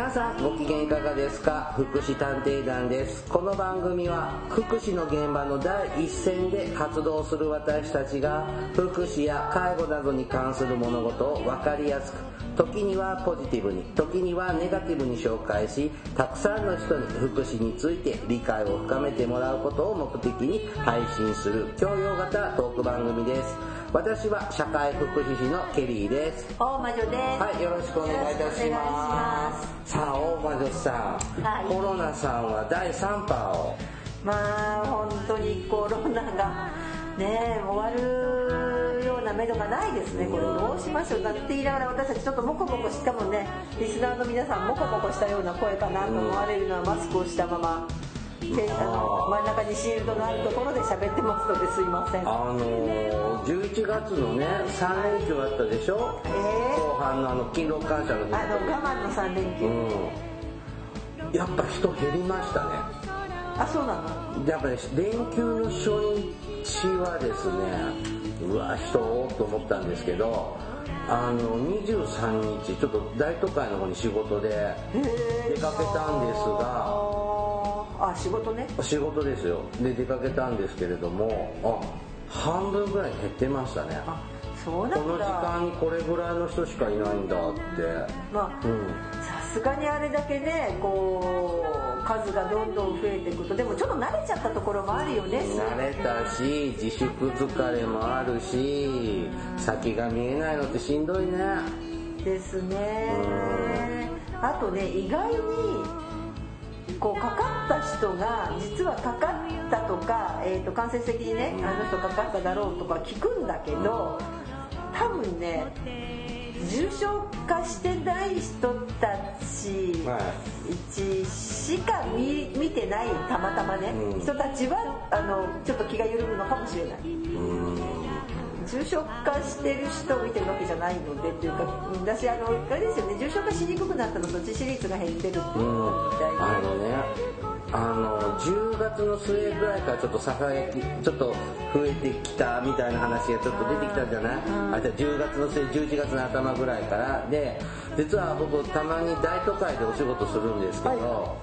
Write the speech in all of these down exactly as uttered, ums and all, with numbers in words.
皆さんご機嫌いかがですか。福祉探偵団です。この番組は福祉の現場の第一線で活動する私たちが福祉や介護などに関する物事を分かりやすく、時にはポジティブに、時にはネガティブに紹介し、たくさんの人に福祉について理解を深めてもらうことを目的に配信する教養型トーク番組です。私は社会福祉士のケリーです。 大魔女です。 はい、よろしくお願いいたします。さあ、大魔女さん、はい、コロナさんはだいさん波を。 まあ本当にコロナがね終わるような目処がないですね。これどうしましょうだって言いながら、私たちちょっとモコモコしかもね、リスナーの皆さんモコモコしたような声かなと思われるのはマスクをしたまま。であの真ん中にシールドのあるところで喋ってますのですいません。 あのー、じゅういちがつのねさん連休あったでしょ、えー、後半のあの勤労感謝の日、 あの我慢のさん連休、うん、 やっぱ人減りましたね。 あ、そうなの。 やっぱり、ね、連休の初日はですね、うわ人と思ったんですけど、あのにじゅうさんにちちょっと大都会の方に仕事で出かけたんですが、 あ、仕事ね。 仕事ですよ。で出かけたんですけれども、あ、半分ぐらい減ってましたね。 あ、そうなんだ。 この時間にこれぐらいの人しかいないんだって。 まあ、うん、さすがにあれだけね、こう数がどんどん増えていくと、でもちょっと慣れちゃったところもあるよね。 慣れたし、自粛疲れもあるし、先が見えないのってしんどいね。 ですね。あとね、意外にこうかかった人が実はかかったとか、えーと、間接的にね、あの人かかっただろうとか聞くんだけど、多分ね重症化してない人たちしか 見, 見てない、たまたまね、うん、人たちはあのちょっと気が緩むのかもしれない。うん、重症化してる人を見てるわけじゃないのでっていうか、私あのあれですよね、重症化しにくくなったのと致死率が減ってるっていうのみたいな、 うん、あのね、あのじゅうがつの末ぐらいからちょっとささやきちょっと増えてきたみたいな話がちょっと出てきたじゃない、うん、あ、じゃあじゅうがつの末、じゅういちがつの頭ぐらいからで、実は僕たまに大都会でお仕事するんですけど、はい、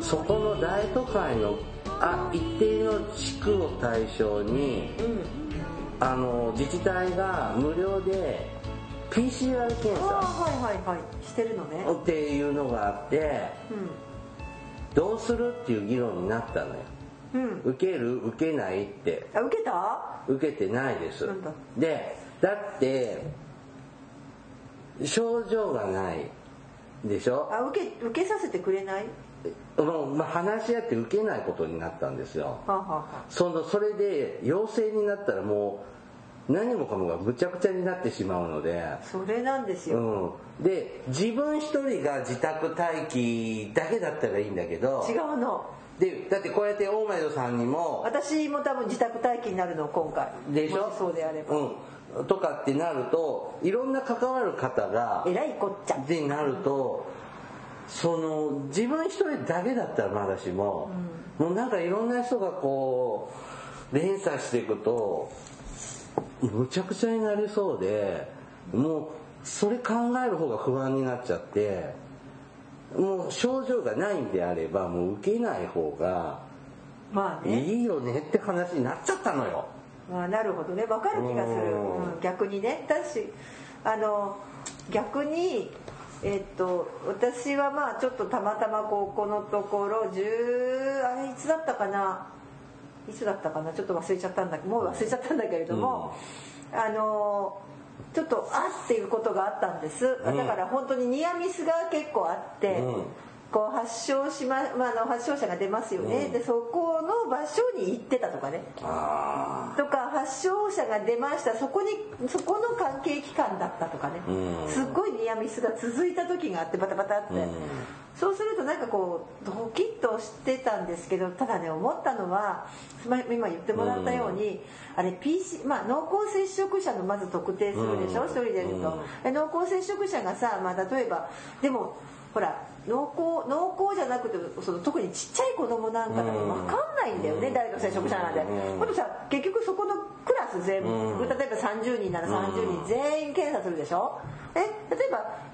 そこの大都会のあ一定の地区を対象に、うん、あの自治体が無料で ピーシーアール 検査、 はいはいはい、してるのねっていうのがあって、うん、どうするっていう議論になったのよ、うん、受ける受けないって。 あ、受けた？ 受けてないです。なんだ？で、だって症状がないでしょ。 あ、受け、受けさせてくれない？ もう、まあ、話し合って受けないことになったんですよ。はあはあ、そのそれで陽性になったらもう何もかもがぐちゃぐちゃになってしまうので。 それなんですよ、 うん、で自分一人が自宅待機だけだったらいいんだけど、 違うので、だってこうやって大前戸さんにも、 私も多分自宅待機になるの今回でしょ、 もしそうであれば、 うん、とかってなると、いろんな関わる方がえらいこっちゃでなると、その自分一人だけだったらまだしも、うん、もうなんかいろんな人がこう連鎖していくとむちゃくちゃになりそうで、もうそれ考える方が不安になっちゃって、もう症状がないんであればもう受けない方がまあね、 いいよねって話になっちゃったのよ。 まあ、なるほどね、分かる気がする、うん、逆にね。私あの逆にえっと私はまあちょっとたまたまこうこのところじゅうあれいつだったかないつだったかなちょっと忘れちゃったんだもう忘れちゃったんだけれども、うん、あのちょっとあっていうことがあったんです、うん、だから本当にニアミスが結構あって、うん、こう発症しま、まあ、あの発症者が出ますよね、うん、でそこの場所に行ってたとかね、あとか発症者が出ました、そこにそこの関係機関だったとかね、うん、すっごいニアミスが続いた時があって、バタバタって、うん、そうするとなんかこうドキッとしてたんですけど、ただね思ったのは今言ってもらったように、うん、あれ ピーシー、まあ、濃厚接触者のまず特定するでしょ、一、うん、人でいると、うん、濃厚接触者がさ、まあ、例えばでもほら濃厚濃厚じゃなくてその特にちっちゃい子供なんかだと分かんないんだよね、うん、誰か接触者なんで、うん、とさ結局そこのクラス全部、うん、例えばさんじゅうにんならさんじゅうにん全員検査するでしょ。え例えば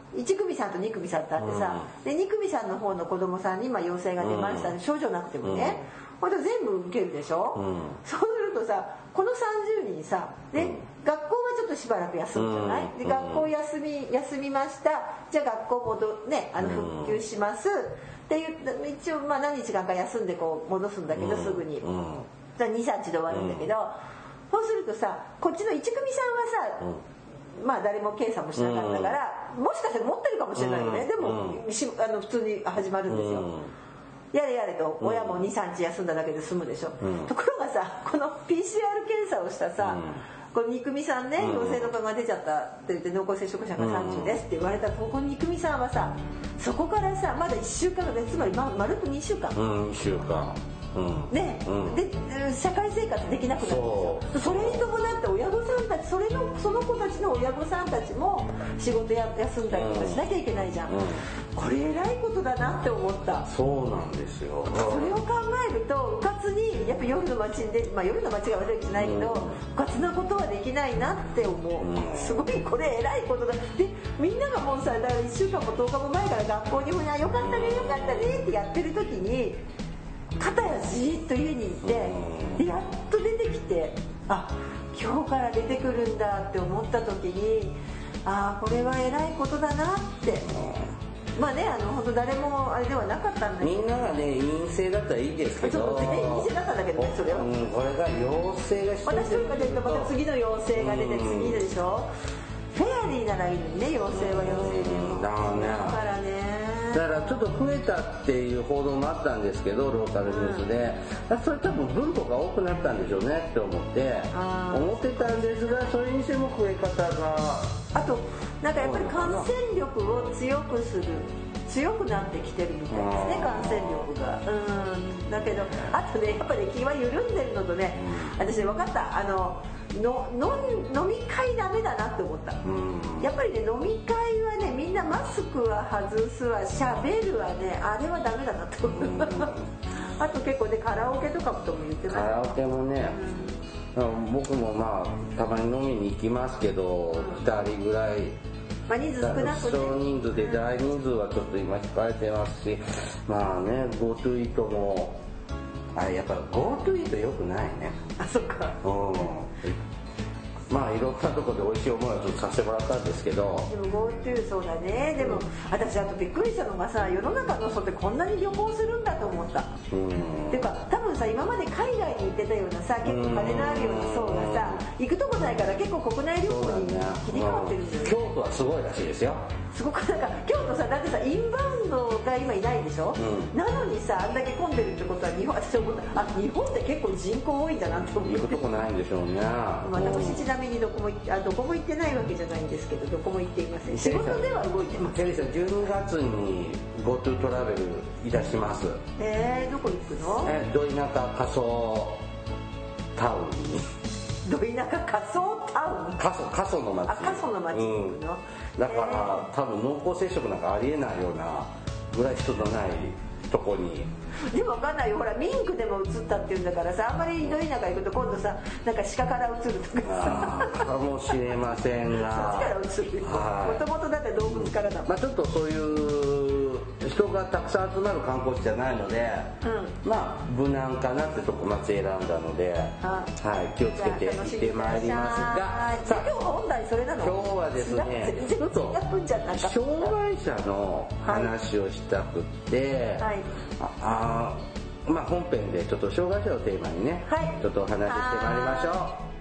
いち組さんとに組さんってあってさ、うん、でに組さんの方の子供さんに今陽性が出ましたね、うん、症状なくてもね、ほんと全部受けるでしょ、うん、そうするとさこのさんじゅうにんさ、ね、うん、学校はちょっとしばらく休むじゃない、うん、で学校休み休みました、じゃあ学校戻ねあの復旧します、うん、っていう一応まあ何日間か休んでこう戻すんだけど、うん、すぐに、うん、じゃあにさんにちで終わるんだけど、うん、そうするとさこっちのいち組さんはさ、うん、まあ誰も検査もしなかったから、うん、もしかしたら持ってるかもしれないよね、うん、でも、うん、しあの普通に始まるんですよ、うん、やれやれと親もにさんにち休んだだけで済むでしょ、うん、ところがさこの ピーシーアール 検査をしたさ、うん、このに組さんね陽性の子が出ちゃったって言って濃厚接触者がさんじゅうですって言われたここのに組さんはさそこからさまだいっしゅうかんでつまりまるっとにしゅうかん、 うん、にしゅうかん、うん、 ね、うん、で社会生活できなくなるんですよ。それに伴って親御さんたちそれのその子たちの親御さんたちも仕事や休んだりとかしなきゃいけないじゃん、うんうん、これ偉いことだなって思った。 そうなんですよ。 それを考えるとうかつにやっぱ夜の街で、まあ、夜の街が悪いわけじゃないけど、うん、うかつなことはできないなって思う、うん、すごいこれ偉いことだ。でみんながもうさだからいっしゅうかんもとおかも前から学校にもよかったねよかったねってやってる時に片やじーっと家にいてでやっと出てきてあ今日から出てくるんだって思った時にあこれは偉いことだなってまあねあの本当誰もあれではなかったんだけどみんながね陰性だったらいいですけど全員陰性だったんだけどねそれは、 うん、これが陽性が一人私とか出るとまた次の陽性が出て次でしょ、うん、フェアリーならいいのにね陽性は陽性でも、うん、だからねだからちょっと増えたっていう報道もあったんですけどローカルニュースで、うん、それ多分分母が多くなったんでしょうねって思って思ってたんですがそれにしても増え方があとなんかやっぱり感染力を強くする強くなってきてるみたいですね感染力がうんだけどあとねやっぱり気は緩んでるのとね私分かったあののの飲み会ダメだなって思った、うん、やっぱりね飲み会はねみんなマスクは外すわしゃべるわねあれはダメだなって思った、うん、あと結構ねカラオケとかもとも言ってましたカラオケもね、うん、僕もまあたまに飲みに行きますけど、うん、ふたりぐらいまあ、人数少なくね少人数で大人数はちょっと今控えてますしまあね GoTo イートもあれやっぱ GoTo イート良くないねあそっかうんまあいろんなところで美味しい思いをちょっとさせてもらったんですけどでも GoTo そうだねでも、うん、私あとびっくりしたのがさ世の中の人ってこんなに旅行するんだと思ったうんっていうか多分さ今まで海外に行ってたようなさ結構金のあるような層がさ行くとこないから結構国内旅行に切り替わってるんだよね、 京都はすごいらしいですよすごくなんか京都さだってさインバウンドが今いないでしょ、うん、なのにさあんだけ混んでるってことは日本私思ったあ日本って結構人口多いんだなって思って行くとこないんでしょうね私ちなみにどこも行ってあどこも行ってないわけじゃないんですけどどこも行っていません仕事では動いてますケリーさんじゅうにがつに GoTo トラベルいたしますえー、どこ行くのえど田舎仮想タウンにど田舎仮想タウン過疎過疎の町あ過疎の町に行くの、 うん、だから、えー、多分濃厚接触なんかありえないようなぐらい人のないとこにでも分かんないよほらミンクでも移ったっていうんだからさあんまりど田舎行くと今度さなんか鹿から移るとかさかもしれませんがそっちから移るもともとだって動物からだもん、 まあ、ちょっとそういう人がたくさん集まる観光地じゃないので、うん、まあ無難かなってとこ町選んだので、はい、気をつけて行ってまいりますがさあ今日本題それなの今日はですねちょっと障害者の話をしたくって、はい、ああまあ本編でちょっと障害者をテーマにね、はい、ちょっとお話ししてまいりましょう。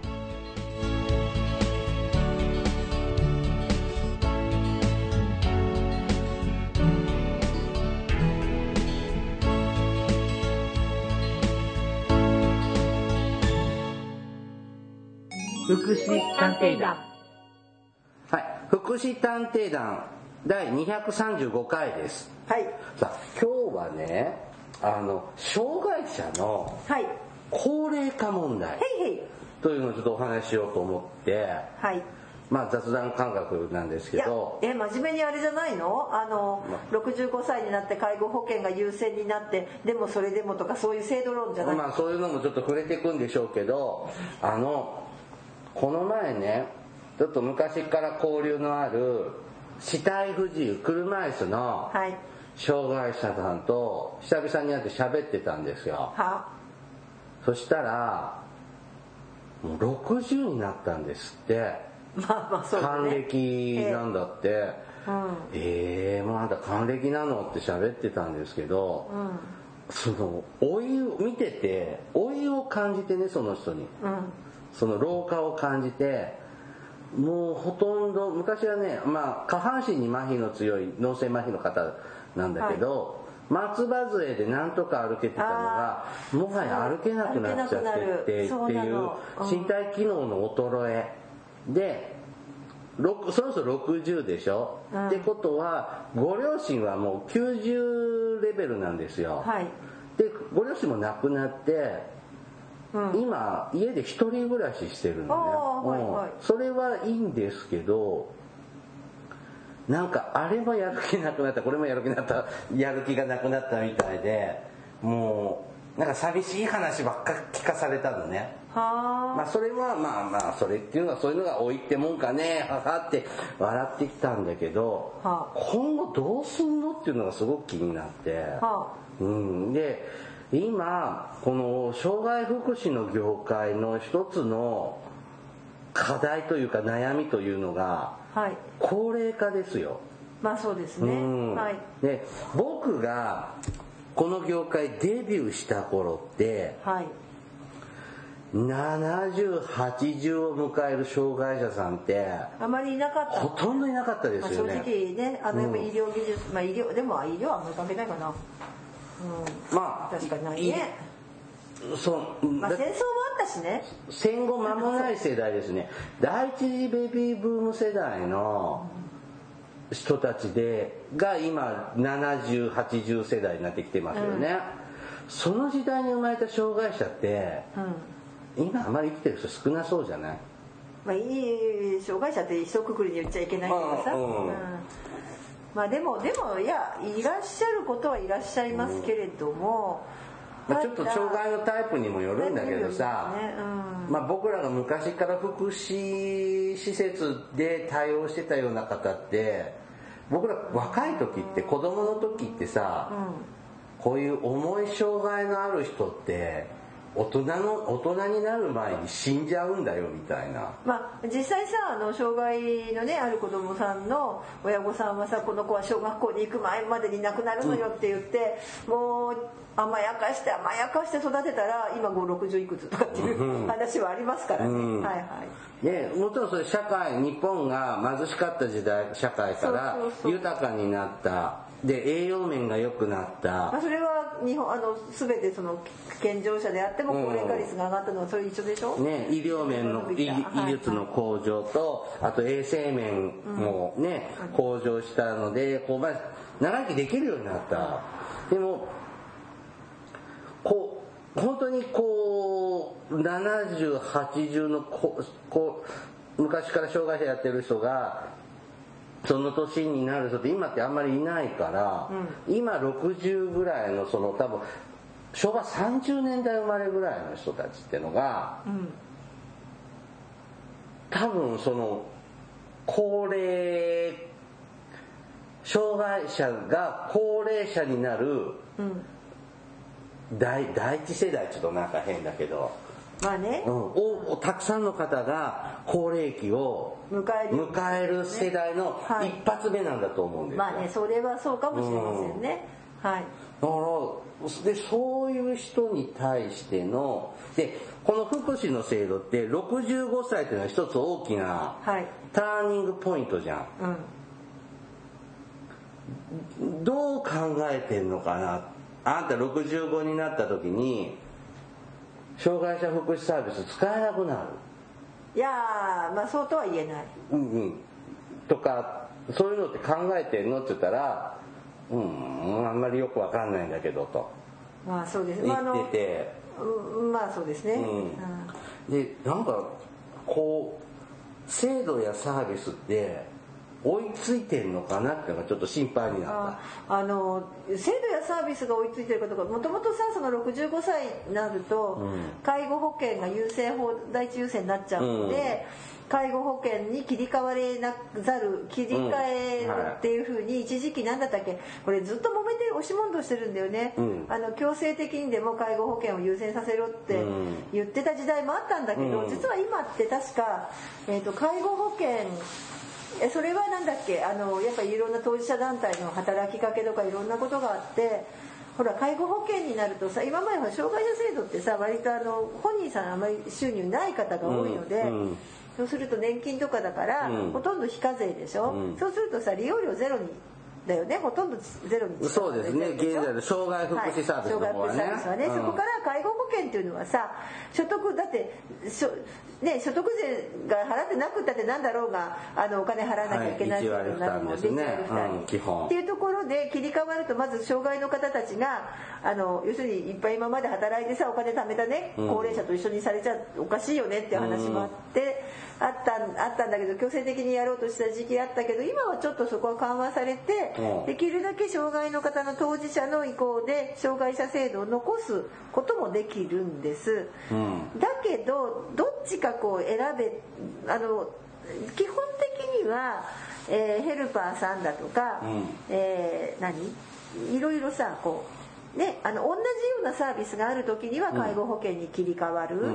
福祉探偵団はい福祉探偵団だいにひゃくさんじゅうごかいです。はいさあ今日はねあの障害者の高齢化問題というのをちょっとお話ししようと思って、はい、まあ雑談感覚なんですけどいやえ真面目にあれじゃないのあの、ま、ろくじゅうごさいになって介護保険が優先になってでもそれでもとかそういう制度論じゃないまあそういうのもちょっと触れていくんでしょうけどあのこの前ねちょっと昔から交流のある肢体不自由車椅子の障害者さんと久々に会って喋ってたんですよ。 はそしたらもうろくじゅうになったんですって。 まあまあそうだね、 還暦なんだって、えー、うん、えー、もうあんた還暦なのって喋ってたんですけど、うん、その老いを見てて老いを感じてね、その人に、うん、その老化を感じて、もうほとんど昔はね、まあ下半身に麻痺の強い脳性麻痺の方なんだけど、はい、松葉杖でなんとか歩けてたのがもはや歩けなくなっちゃってってっていう身体機能の衰えで、そろそろろくじゅうでしょ、うん、ってことはご両親はもうきゅうじゅうレベルなんですよ、はい、でご両親も亡くなって、うん、今家で一人暮らししてるのね、はいはい、それはいいんですけど、なんかあれもやる気なくなった、これもやる気なったやる気がなくなったみたいで、もうなんか寂しい話ばっか聞かされたのね。はあ、まあそれはまあまあそれっていうのはそういうのが老いってもんかね、ははって笑ってきたんだけど、はあ、今後どうすんのっていうのがすごく気になって、はあ、うん、で今この障害福祉の業界の一つの課題というか悩みというのが、はい、高齢化ですよ。 まあそうですね、うん、はい、 で僕がこの業界デビューした頃って、はい、ななじゅう、はちじゅうを迎える障害者さんってあまりいなかった、 ほとんどいなかったですよね。 まあ、正直ね、あのやっぱ医療技術、うん、まあ医療でも医療はあんまり関係ないかな、うん、まあ確かにないね。そう、まあ、戦争もあったしね。 戦後間もない世代ですね。第一次ベビーブーム世代の人たちでが今ななじゅう、はちじゅう世代になってきてますよね、うん、その時代に生まれた障害者って、うん、今あまり生きてる人少なそうじゃない？ まあいい障害者って一括りに言っちゃいけないけどさ、うんうん、まあでもでもいやいらっしゃることはいらっしゃいますけれども、 うん、まあ、ちょっと障害のタイプにもよるんだけどさ、ね、うん、まあ、僕らが昔から福祉施設で対応してたような方って僕ら若い時って子供の時ってさ、うん、こういう重い障害のある人って大人の大人になる前に死んじゃうんだよみたいな。 まあ実際さ、あの障害のねある子供さんの親御さんはさ、この子は小学校に行く前までに亡くなるのよって言って、うん、もう甘やかして甘やかして育てたら今もうろくじゅういくつとかっていう話はありますからね、うん、はいはい。 ね、もちろんそれ社会、日本が貧しかった時代社会から豊かになった、で栄養面が良くなった、 まあ、それは日本あの全てその健常者であっても高齢化率が上がったのはそれ一緒でしょ、 ね、医療面の医術の向上と、あと衛生面もね、うん、向上したのでこう、まあ、長生きできるようになった。でもこう本当にこうななじゅう、はちじゅうのここう昔から障害者やってる人がその年になる人って今ってあんまりいないから、うん、今ろくじゅうぐらいのその多分昭和さんじゅうねんだい生まれぐらいの人たちってのが、うん、多分その高齢障害者が高齢者になる、うん、第, 第一世代ちょっとなんか変だけど、 まあね、 うん、おたくさんの方が高齢期を迎える、迎える世代の一発目なんだと思うんですよ、 はい、まあね、それはそうかもしれませんね、うん、はい。 だからでそういう人に対してのでこの福祉の制度ってろくじゅうごさいっていうのは一つ大きなターニングポイントじゃん、はい、うん、どう考えてんのかな。あんたろくじゅうごになった時に障害者福祉サービス使えなくなる。 いやー、まあそうとは言えない、 うんうん、とかそういうのって考えてんのって言ったら、うん、あんまりよくわかんないんだけどと、 まあそうですね、 言ってて、 まあ、まあそうですね、 うん、でなんかこう制度やサービスって追いついてんのかなっていうのがちょっと心配になった。 ああの制度やサービスが追いついてるかとか、もともとさそのろくじゅうごさいになると、うん、介護保険が優先法第一優先になっちゃうので、うん、介護保険に切り替われなざる切り替えるっていうふうに一時期なんだったっけ、これずっと揉めて押し問答してるんだよね、うん、あの強制的にでも介護保険を優先させろって言ってた時代もあったんだけど、うん、実は今って確か、えーと、介護保険えそれはなんだっけ、あのやっぱりいろんな当事者団体の働きかけとかいろんなことがあって、ほら介護保険になるとさ、今までは障害者制度ってさ割とあの本人さんあまり収入ない方が多いので、うんうん、そうすると年金とかだから、うん、ほとんど非課税でしょ、うん、そうするとさ利用料ゼロにだよね、ほとんどゼロに近い。 そうですね、現在の障害福祉サービスの方はね、はい、障害福祉サービスはね、うん、そこから介護保険っていうのはさ、所得だって所、ね、所得税が払ってなくったってなんだろうがあのお金払わなきゃいけない制度になるので、いちわり負担基本っていうところで切り替わると、まず障害の方たちがあの要するにいっぱい今まで働いてさお金貯めたね、うん、高齢者と一緒にされちゃおかしいよねっていう話もあって、うん、あったあったんだけど、強制的にやろうとした時期あったけど、今はちょっとそこは緩和されて、うん、できるだけ障害の方の当事者の意向で障害者制度を残すこともできるんです、うん、だけどどっちかこう選べ、あの基本的には、えー、ヘルパーさんだとか、うん、えー、何いろいろさこうね、あの同じようなサービスがある時には介護保険に切り替わる、うん、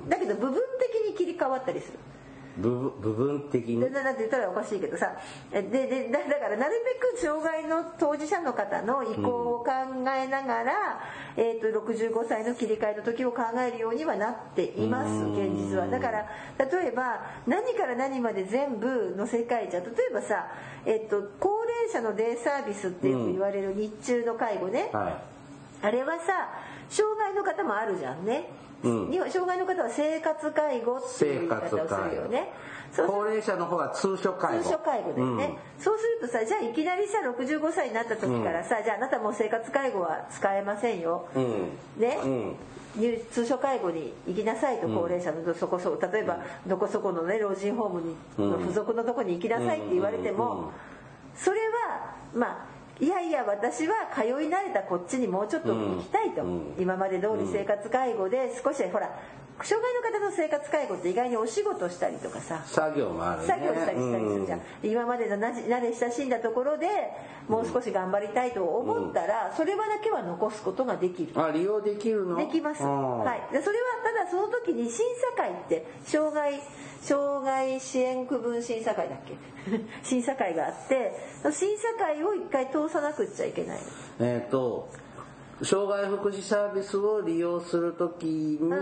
だけど部分的に切り替わったりする。 部, 部分的になんて言ったらおかしいけどさ、でで だ, だからなるべく障害の当事者の方の意向を考えながら、うん、えー、とろくじゅうごさいの切り替えの時を考えるようにはなっています、現実は。だから例えば何から何まで全部の世界じゃ、例えばさ、えー、と高齢者のデイサービスってよく言われる日中の介護ね、うん、はい、あれはさ障害の方もあるじゃんね、うん、障害の方は生活介護っていう言い方をするよね。 高齢者の方は通所介護。 通所介護だよね、うん、そうするとさ、じゃあいきなりさろくじゅうごさいになった時からさ、うん、じゃああなたもう生活介護は使えませんよ、うん、ね、うん、通所介護に行きなさいと、高齢者のそこそこ、例えばどこそこのね老人ホームに、うん、付属のとこに行きなさいって言われても、それはまあいやいや私は通い慣れたこっちにもうちょっと行きたいと、うん、今まで通り生活介護で少しほら障害の方の生活介護って意外にお仕事したりとかさ作業もあるね、 作業したりしたりするじゃん、うん、今までの慣れ親しんだところでもう少し頑張りたいと思ったら、うん、それはだけは残すことができる。 あ、利用できるの？ できます、はい、でそれはただその時に審査会って障害障害支援区分審査会だっけ審査会があって、審査会を一回通さなくちゃいけない。 えっと障害福祉サービスを利用するときに、うん、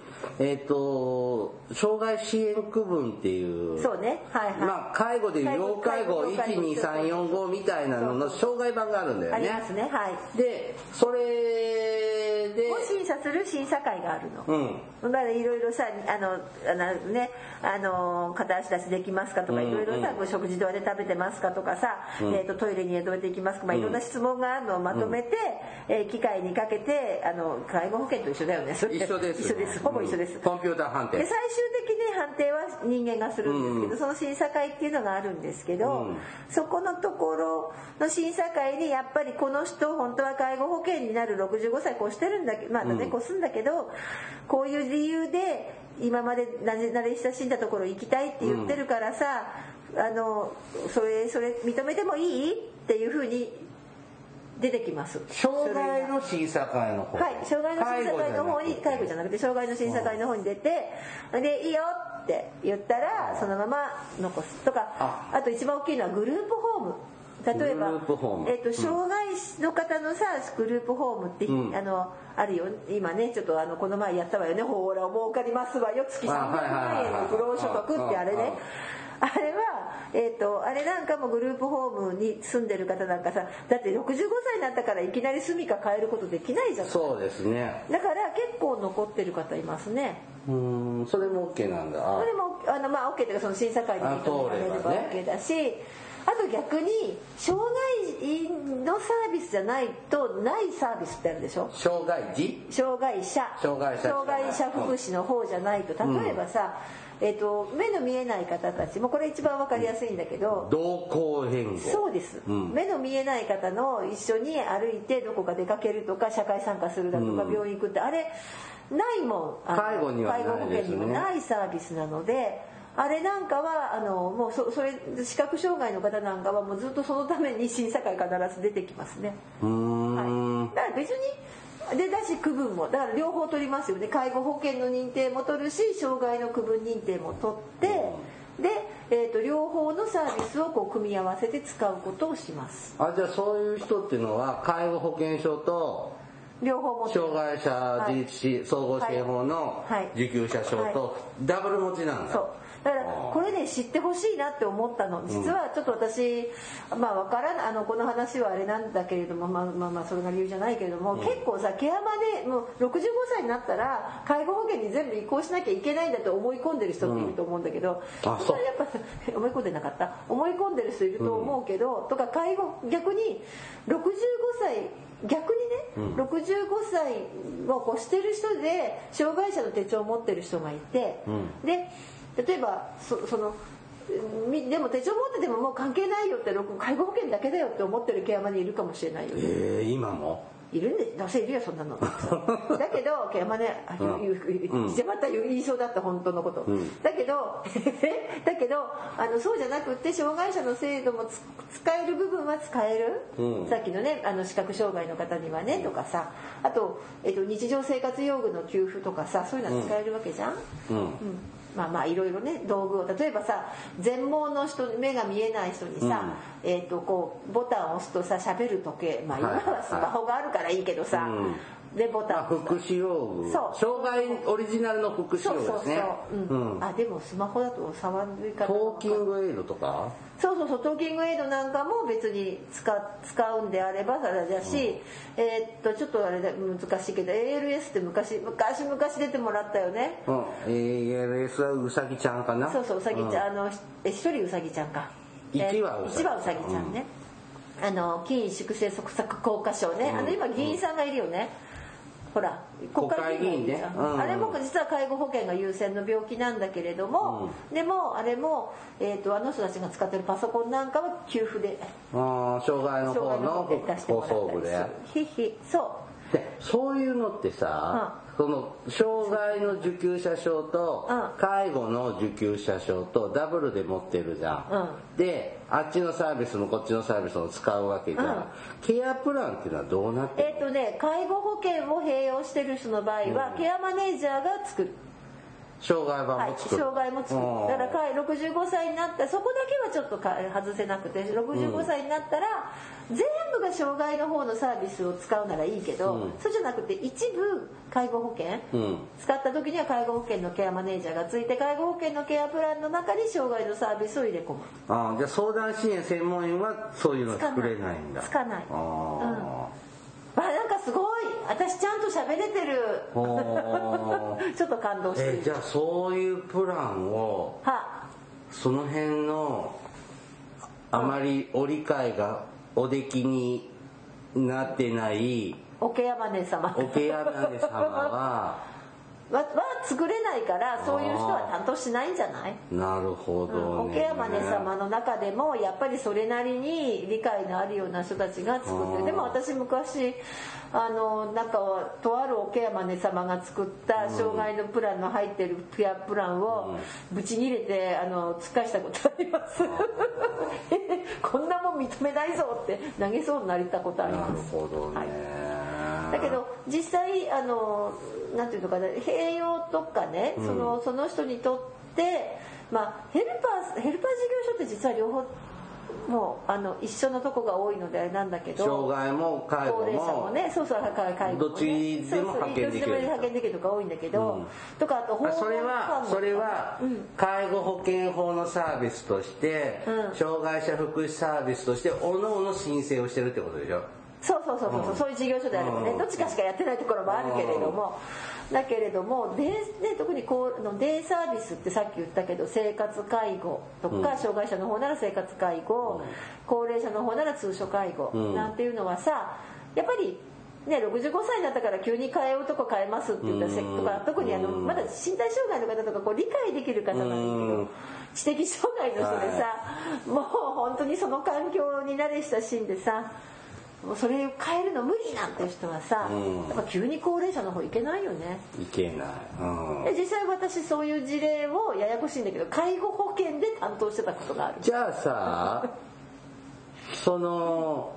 えっと障害支援区分っていう、 そうね、はいはい、 まあ介護でいう要介護いちにさんよんごみたいなのの障害版があるんだよね。 ありますね、はい。 でそれでを審査する審査会があるの。うん。だからいろいろさ、あのあのね、あの片足出しできますかとか、いろいろさ、うん、食事どうやって食べてますかとかさ、うん、えっとトイレにどうやって行きますか、まあいろんな質問があるのをまとめて、うん、えー機械にかけて、あの介護保険と一緒だよね。 一緒です。 一緒です。ほぼ一緒です。 うん、コンピューター判定。 で最終的に判定は人間がするんですけど、うん、その審査会っていうのがあるんですけど、うん、そこのところの審査会にやっぱりこの人本当は介護保険になるろくじゅうごさい越してるんだけど、まあね、越すんだけど、こういう理由で今まで慣れ親しんだところ行きたいって言ってるからさ、うん、あのそれそれ認めてもいいっていうふうに出てきます。 障害の審査会の方、 はい、障害の審査会の方に、介護じゃなくて障害の審査会の方に出て、でいいよって言ったらそのまま残すとか、 あ, あと一番大きいのはグループホーム。例えば、えー、と障害の方のさグループホームって、うん、あのあるよ今ね、ちょっとあのこの前やったわよね、ほら儲かりますわよ月さんびゃくまんえんの不労所得ってあれね、あれは、えー、とあれなんかもグループホームに住んでる方なんかさ、だってろくじゅうごさいになったからいきなり住みか変えることできないじゃん。 そうですね。 だから結構残ってる方いますね。 うーん、それも OK なんだ。 それもあの、まあ、OK というかその審査会に認められれば OK だし、あと逆に障員のサービスじゃないとないサービスってあるでしょ。 障害児障害者障害者障害者福祉の方じゃないと、例えばさ、うん、えーと、目の見えない方たちもこれ一番分かりやすいんだけど、 瞳孔変更。 そうです、うん、目の見えない方の一緒に歩いてどこか出かけるとか社会参加するだとか、うん、病院行くってあれないもん、 介護にはないですね。 介護保険にもないサービスなので、あれなんかはあのもう そ, それ視覚障害の方なんかはもうずっとそのために審査会必ず出てきますね。 うーん、 はい、だから別にでだし区分もだから両方取りますよね。介護保険の認定も取るし障害の区分認定も取って、で、えー、と両方のサービスをこう組み合わせて使うことをします。 あ、じゃあそういう人っていうのは介護保険証と両方持って障害者自立し、はい、総合支援法の受給者証とダブル持ちなんだ。 そうだからこれね知ってほしいなって思ったの。実はちょっと私、まあわからない、あのこの話はあれなんだけれども、まあまあまあそれが理由じゃないけれども、うん、結構さケアマでもうろくじゅうごさいになったら介護保険に全部移行しなきゃいけないんだと思い込んでる人っていると思うんだけど、うん、あ、それやっぱ思い込んでなかった思い込んでる人いると思うけど、うん、とか介護逆にろくじゅうごさい逆にね、うん、ろくじゅうごさいを越してる人で障害者の手帳を持ってる人がいて、うん、で例えば そ, そのでも手帳持っててももう関係ないよって介護保険だけだよって思ってるケアマネいるかもしれないよね。 えー、今もいるんで、どうせいるよそんなのだけどケアマネあ、うん、じゃまた言いそうだった本当のこと、うん、だけどだけどあのそうじゃなくって障害者の制度も使える部分は使える、うん、さっきのねあの視覚障害の方にはねとかさ、あと、えっと、日常生活用具の給付とかさ、そういうのは使えるわけじゃん、うんうん、まあまあいろいろね道具を例えばさ全盲の人目が見えない人にさ、うん、えー、とこうボタンを押すとさ喋る時計、まあ今はスマホがあるからいいけどさ、はいはい、でボタン、まあ、 福祉用具、そう障害オリジナルの福祉用具ですね。そうそうそう、うんうん、 あでもスマホだと触り方トーキングエイドとか、 そうそうそうトーキングエイドなんかも別に 使, 使うんであればそれだし、うん、えー、っとちょっとあれだ難しいけど エーエルエス って昔昔昔出てもらったよね、 うん、エーエルエス はうさぎちゃんかな。 そうそううさぎちゃん、うん、あの一人うさぎちゃんか、 いちはうさぎちゃん、 いちはうさぎちゃんね、うん、あの筋萎縮性側索硬化症ね、うん、あの今議員さんがいるよね、うん、ほら国会議員ね、うん、あれも実は介護保険が優先の病気なんだけれども、うん、でもあれも、えー、とあの人たちが使ってるパソコンなんかは給付で、 あ障害の方の放送部でひひそうでそういうのってさ、うん、その障害の受給者証と介護の受給者証とダブルで持ってるじゃん、うん、であっちのサービスもこっちのサービスも使うわけじゃん、うん、ケアプランっていうのはどうなってるの？ えっとね介護保険を併用してる人の場合は、うん、ケアマネージャーが作る、 障害版も作る、 はい、障害も作る。だからろくじゅうごさいになったらそこだけはちょっと外せなくてろくじゅうごさいになったら、うん、全部が障害の方のサービスを使うならいいけど、うん、そうじゃなくて一部介護保険、うん、使った時には介護保険のケアマネージャーがついて介護保険のケアプランの中に障害のサービスを入れ込む。 ああ、じゃあ相談支援専門員はそういうの作れないんだ。 つかない。あ、うん、あなんかすごい私ちゃんと喋れてるちょっと感動してる。 えじゃあそういうプランをはその辺のあまりお理解がおできになってないおケアマネ様おケアマネ様はは作れないからそういう人は担当しないんじゃない？ なるほどね、うん、 おケアマネ様の中でもやっぱりそれなりに理解のあるような人たちが作ってる。でも私昔あのなんかとあるおケアマネ様が作った障害のプランの入ってるケアプランをぶちに入れてあの突っ返したことありますこんなもん認めないぞって投げそうになりたことあります。 なるほどね、 はい、だけど実際あのなんていうのかな併用とかね、うん、そのその人にとってまあヘルパーヘルパー事業所って実は両方もうあの一緒のとこが多いのであれなんだけど、 障害も介護も高齢者もね、そうそう介護も、ね、 どっちでも派遣できる、 どっちでも派遣できるとか多いんだけど、うん、とかあと訪問それはそれは介護保険法のサービスとして、うん、障害者福祉サービスとしておのおの申請をしてるってことでしょ。 そうそうそうそう、うん、そういう事業所であればね、どっちかしかやってないところもあるけれども、だけれどもデイ、ね、特にこうのデイサービスってさっき言ったけど、生活介護とか、うん、障害者の方なら生活介護、うん、高齢者の方なら通所介護、うん、なんていうのはさ、やっぱりね、ろくじゅうごさいになったから急に変えようとこ変えますって言ったらとか、特にあのまだ身体障害の方とかこう理解できる方なんだけど、知的障害の人でさ、はい、もう本当にその環境に慣れ親しんでさ、もうそれを変えるの無理なんていう人はさ、やっぱ急に高齢者の方いけないよね。 いけない、うん、 実際私そういう事例をややこしいんだけど介護保険で担当してたことがある。 じゃあさその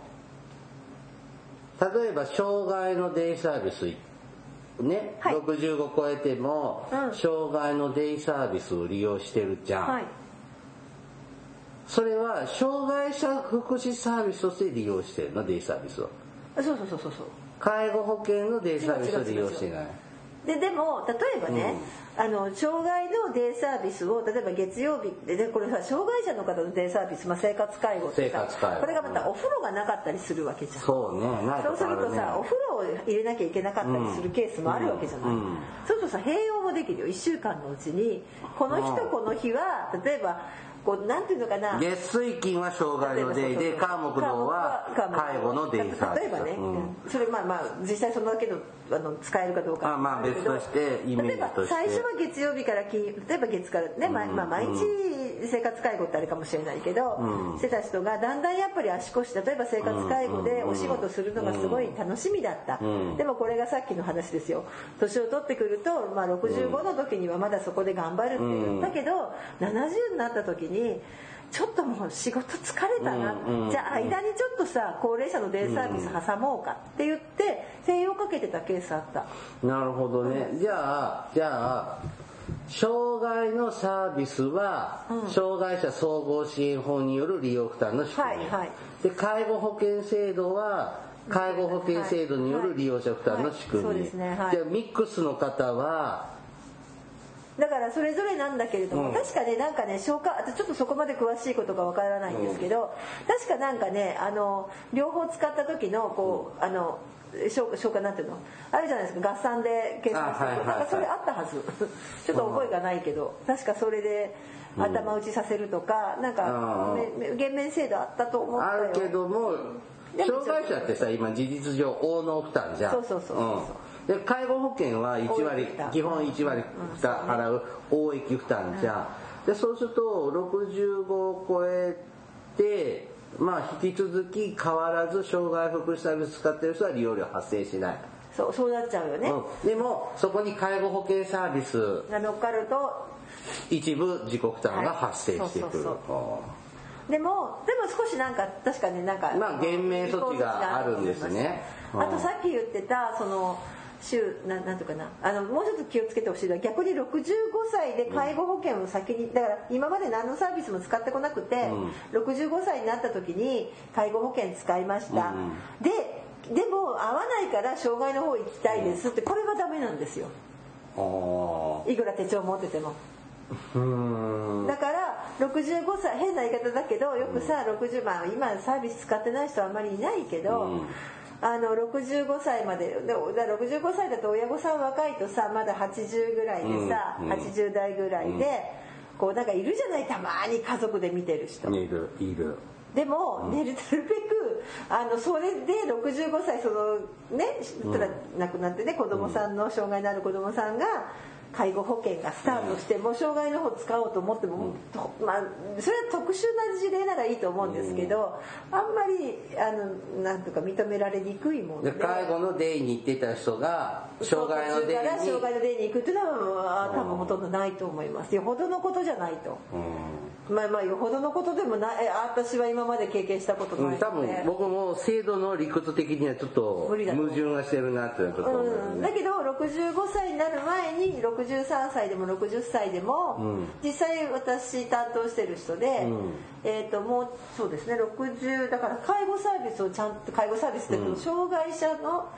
例えば障害のデイサービスね、はい、ろくじゅうご超えても、うん、障害のデイサービスを利用してるじゃん、はい、それは障害者福祉サービスとして利用してるの、デイサービスを。 そうそうそうそう。 介護保険のデイサービスを利用してない。 ででも例えばね、うん、あの障害のデイサービスを例えば月曜日で、でこれさ障害者の方のデイサービス、まあ、生活介護ってさ、これがまたお風呂がなかったりするわけじゃん。 そうね、ないとこあるね。 そうするとさお風呂を入れなきゃいけなかったりするケースもあるわけじゃない、うんうん、そうするとさ併用もできるよ。いっしゅうかんのうちにこの日とこの日は例えばこうなんていうのかな、 月水金は障害のデイで、火木土は介護のデイサービス。 例えばね、うん、それまあまあ実際そのだけのあの使えるかどうかあまあ別としてイメージとして、 例えば最初は月曜日から金、例えば月からね、うん、まあ毎日生活介護ってあるかもしれないけど、うん、してた人がだんだんやっぱり足腰、例えば生活介護でお仕事するのがすごい楽しみだった、うん、でもこれがさっきの話ですよ、年を取ってくると、まあ、ろくじゅうごの時にはまだそこで頑張るっていう、うん、だけどななじゅうになった時にちょっともう仕事疲れたな、うんうん、じゃあ間にちょっとさ高齢者のデイサービス挟もうかって言って併用かけてたケースあった。 なるほどね、うん、じゃあじゃあ障害のサービスは、うん、障害者総合支援法による利用負担の仕組み、はいはい、で介護保険制度は介護保険制度による利用者負担の仕組み、はいはい、そうですね、はい、じゃあミックスの方はだからそれぞれなんだけれども、うん、確かねなんかね消化あとちょっとそこまで詳しいことがわからないんですけど、うん、確かなんかねあの両方使った時のこう、うん、あの消化なんていうのあるじゃないですか、合算で計算すると、なんかそれあったはずちょっと覚えがないけど、確かそれで頭打ちさせるとか、うん、なんか減免制度あったと思ったよ。 あるけども障害者ってさ今事実上応納負担じゃん。 そうそうそうそう、うんで介護保険はいち割基本いち割負担払う応益負担じゃん。でそうするとろくじゅうごを超えてまあ引き続き変わらず障害福祉サービス使ってる人は利用料発生しない。 そうそうなっちゃうよね、 うん、でもそこに介護保険サービスが乗っかると一部自己負担が発生してくる、はい、そうそうそうでもでも少しなんか確かになんかまあ減免措置があるんですね。 あとさっき言ってたその週ななんとかなあのもうちょっと気をつけてほしいのは逆にろくじゅうごさいで介護保険を先にだから今まで何のサービスも使ってこなくて、うん、ろくじゅうごさいになった時に介護保険使いました、うん、ででも合わないから障害の方行きたいですってこれはダメなんですよ、うん、いくら手帳持ってても。うんだからろくじゅうごさい変な言い方だけどよくさろくじゅうまあ今サービス使ってない人はあんまりいないけど、うんあのろくじゅうごさいまでだろくじゅうごさいだと親御さん若いとさまだはちじゅうぐらいでさ、うんうん、はちじゅう代ぐらいで、うん、こうなんかいるじゃないたまに家族で見てる人いるいるでも、うん、なるべくあのそれでろくじゅうごさいそのねただ亡くなってね子供さんの障害のある子供さんが介護保険がスタートしてもう障害の方使おうと思っても、うん、まあそれは特殊な事例ならいいと思うんですけど、うん、あんまりあのなんとか認められにくいもんで介護のデイに行ってた人が障害のデイにから障害のデイに行くっていうのは多分ほとんどないと思います。よほどのことじゃないと、うん、まあまあよほどのことでもない私は今まで経験したことないので、うん、 多分僕も制度の理屈的にはちょっと矛盾がしてるなってちょっと思う、ねうん、だけどろくじゅうごさいになる前にろくじゅうさんさいでもろくじゅっさいでも、うん、実際私担当してる人で、うん、えーともうそうですねろくじゅうだから介護サービスをちゃんと介護サービスっていうと、うん、障害者の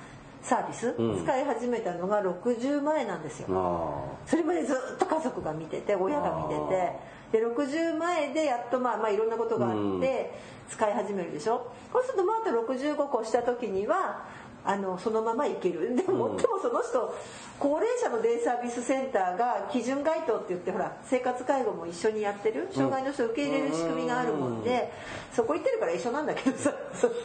サービス、うん、使い始めたのがろくじゅうまえなんですよ。それまでずっと家族が見てて親が見てて、でろくじゅうまえでやっとまあまあいろんなことがあって使い始めるでしょ。そうするとまああとろくじゅうごこした時にはあのそのままいける。でも、うん、でもその人高齢者のデイサービスセンターが基準該当って言ってほら生活介護も一緒にやってる障害の人を受け入れる仕組みがあるもんで、そこ行ってるから一緒なんだけどさ。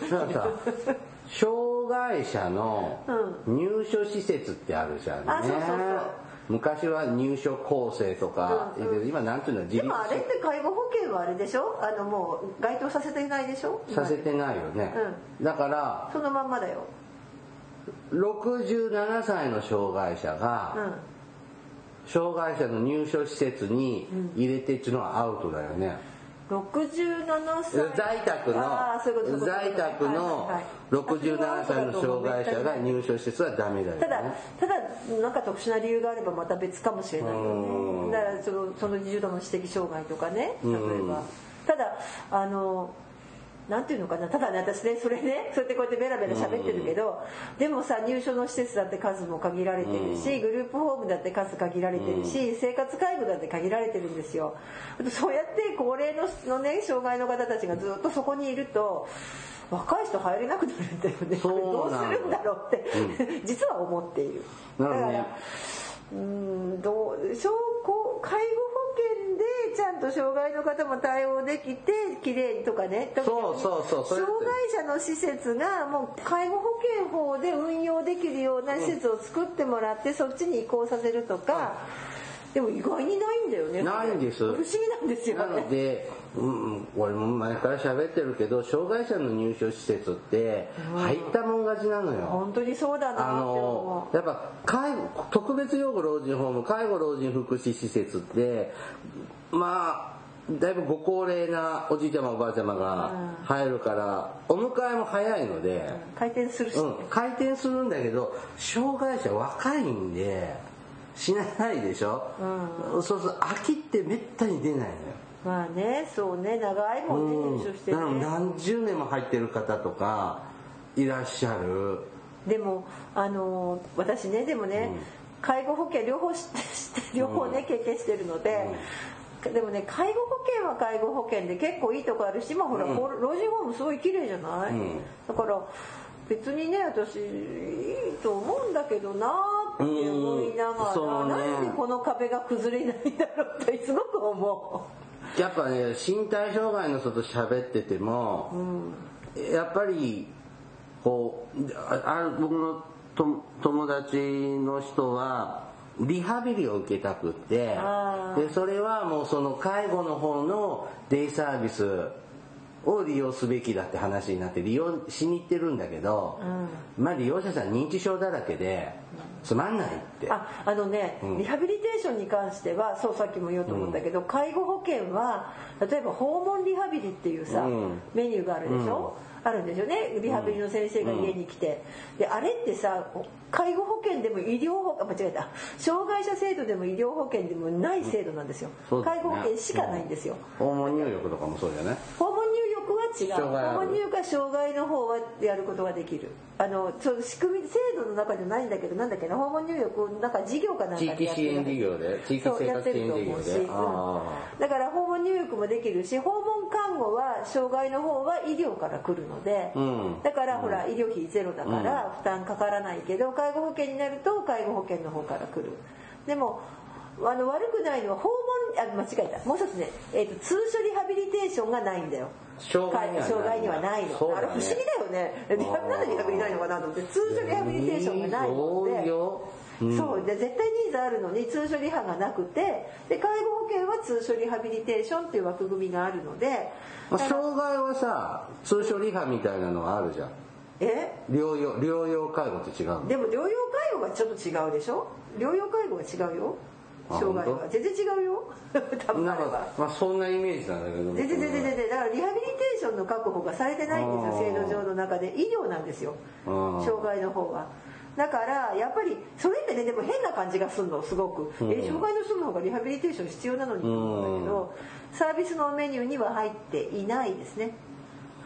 障害者の入所施設ってあるじゃんね。あ、そうそうそう。昔は入所構成とか、うんうん、今なんていうの自立。 でもあれって介護保険はあれでしょ、あのもう該当させてないでしょ。 させてないよね、うん、だからそのまんまだよ。 ろくじゅうななさいの障害者が、うん、障害者の入所施設に入れてっていうのはアウトだよね。 ろくじゅうななさい在宅の在宅のろくじゅうななさいの障害者が入所施設はダメだよね。 ただただなんか特殊な理由があればまた別かもしれないよね。だからそのその重度の知的障害とかね、例えば。ただあのなんていうのかな、ただね私ねそれねそうやってこうやってベラベラ喋ってるけど、でもさ入所の施設だって数も限られてるし、グループホームだって数限られてるし、生活介護だって限られてるんですよ。そうやって高齢ののね障害の方たちがずっとそこにいると若い人入れなくなるんだよね。どうするんだろうって、うん、実は思っている。だから、うーんどう介護保険でちゃんと障害の方も対応できてきれいとかね、 そうそうそう、 障害者の施設がもう介護保険法で運用できるような施設を作ってもらって、うん、そっちに移行させるとか、うん、でも意外にないんだよね。 ないんです。 不思議なんですよね。 なので、うん、俺も前から喋ってるけど障害者の入所施設って入ったもん勝ちなのよ、うん、 本当にそうだな。 あのやっぱ介護特別養護老人ホーム介護老人福祉施設ってまあだいぶご高齢なおじいちゃまおばあちゃまが入るから、うん、お迎えも早いので、 うん、回転するし、 うん、回転するんだけど障害者若いんで死なないでしょ、うん、そうそう飽きってめったに出ないのよ。 まあね、そうね、長いもんね、うん、入所してね。 何十年も入ってる方とかいらっしゃる。 でもあの私ねでもね、うん、介護保険両方して両方ね、うん、経験してるので、うん、でもね介護保険は介護保険で結構いいとこあるし、今ほら、うん、老人ホームすごい綺麗じゃない、うん、だから別にね私いいと思うんだけどなって思いながら、うんね、なんでこの壁が崩れないんだろうってすごく思う。 やっぱね身体障害の人と喋ってても、うん、やっぱりこうある僕のと友達の人はリハビリを受けたくってでそれはもうその介護の方のデイサービスを利用すべきだって話になって利用しに行ってるんだけど、うん、まあ利用者さん認知症だらけでつまんないって。 あ、あのね、うん、リハビリテーションに関してはそうさっきも言おうと思ったけど、うん、介護保険は例えば訪問リハビリっていうさ、うん、メニューがあるでしょ、うん、あるんですよね。リハビリの先生が家に来て、うん、であれってさ介護保険でも医療保険間違えた障害者制度でも医療保険でもない制度なんですよ、うん、介護保険しかないんですよ、 うん、訪問入浴とかもそうじゃない。 訪問入浴は違う。訪問入浴は障害の方はやることができる。あのその仕組み制度の中じゃないんだけどなんだっけな訪問入浴なんか事業かなんかでやってる。 地域支援事業で地域生活支援事業で、うん、 だから訪問入浴もできるし訪問看護は障害の方は医療から来るので、うん、だからほら、うん、医療費ゼロだから負担かからないけど介護保険になると介護保険の方から来る。でもあの悪くないのは訪問あ間違えたもう一つね、えーと、通所リハビリテーションがないんだよ。 障害にはない。 障害にはないの。ね、あれ不思議だよね。なんでリハビリないのかなと思って通所リハビリテーションがないので、うん、そうで絶対ニーズあるのに通所リハがなくてで介護保険は通所リハビリテーションっていう枠組みがあるので、 まあ、障害はさ通所リハみたいなのがあるじゃん。 え療養療養介護って違うの？ でも療養介護がちょっと違うでしょ。療養介護は違うよ。障害は全然違うよ多分あれはまあそんなイメージなんだけど全然全然全然だからリハビリテーションの確保がされてないんですよ。制度上の中で医療なんですよ障害の方は。だからやっぱりそれってねでも変な感じがするのすごく、うん、え障害の人の方がリハビリテーション必要なのにと思うんだけど、うん、サービスのメニューには入っていないですね。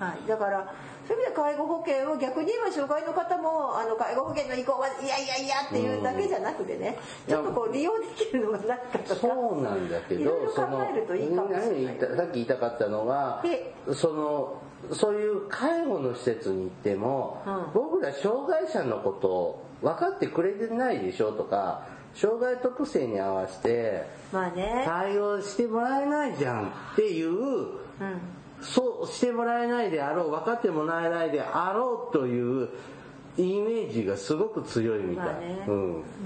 はい、だからそういう意味で介護保険を逆に今障害の方もあの介護保険の移行はいやいやいやっていうだけじゃなくてね、うん、ちょっとこう利用できるのが何かとかそうなんだけど、いろいろ考えるといいかもしれない。 さっき言いたかったのはそのそういう介護の施設に行っても、うん、僕ら障害者のことを分かってくれてないでしょとか、障害特性に合わせて対応してもらえないじゃんっていう、うん、そうしてもらえないであろう、分かってもらえないであろうというイメージがすごく強いみたい、まあね、うん、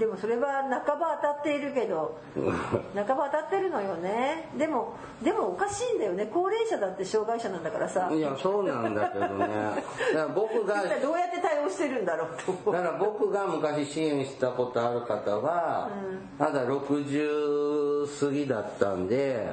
でもそれは半ば当たっているけど半ば当たってるのよね。でもでもおかしいんだよね、高齢者だって障害者なんだからさ。 いやそうなんだけどねだから僕がどうやって対応してるんだろうと思う。 だから僕が昔支援したことある方は、うん、まだろくじゅう過ぎだったんで、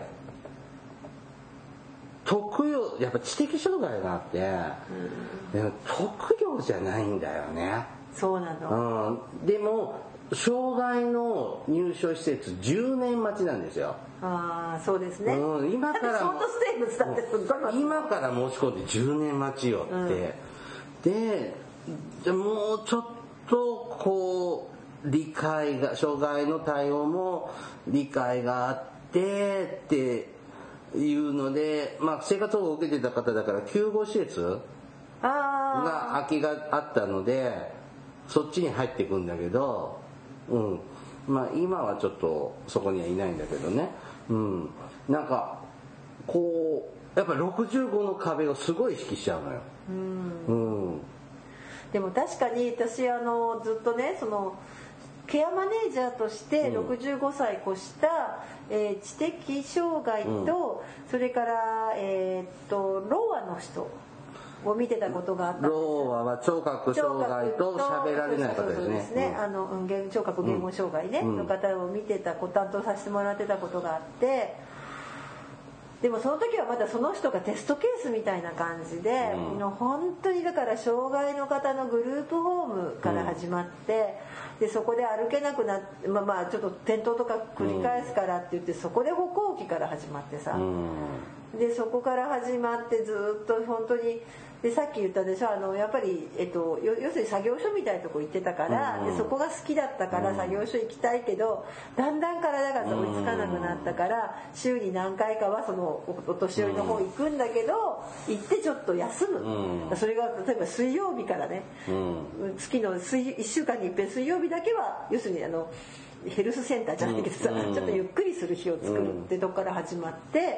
特養、やっぱ知的障害があって、うん、でも特養じゃないんだよね。 そうなの、 うん、でも障害の入所施設じゅうねん待ちなんですよ。 ああそうですね、 うん、今からショートステイのだってすっごい今から申し込んでじゅうねん待ちよって、うん、でじゃもうちょっとこう理解が、障害の対応も理解があってっていうので、まあ、生活保護を受けてた方だから救護施設が空きがあったのでそっちに入っていくんだけど、うん、まあ今はちょっとそこにはいないんだけどね、うん、なんかこうやっぱろくじゅうごの壁をすごい意識しちゃうのよ。うん、うん、 でも確かに私あのずっとねそのケアマネージャーとしてろくじゅうごさい越した、えー、知的障害と、うん、それから、えー、っとろうあの人を見てたことがあったんです。 ろうあは聴覚障害と喋られない方ですね。そうですね、 うん、あの聴覚言語障害ね、うん、の方を見てたご担当させてもらってたことがあって、でもその時はまだその人がテストケースみたいな感じで、うん、の本当にだから障害の方のグループホームから始まって、うん、でそこで歩けなくなって、まあ、まあちょっと転倒とか繰り返すからって言って、そこで歩行器から始まってさ、うん、でそこから始まってずっと本当にでさっき言ったでしょ、あのやっぱり、えっと、要するに作業所みたいなとこ行ってたから、うん、でそこが好きだったから作業所行きたいけど、だんだん体が追いつかなくなったから、週に何回かはそのお年寄りの方行くんだけど、行ってちょっと休む、うん、それが例えば水曜日からね、うん、月の水いっしゅうかんに一遍水曜日だけは要するにあのヘルスセンターじゃないけどさ、うん、ちょっとゆっくりする日を作るってとこから始まって、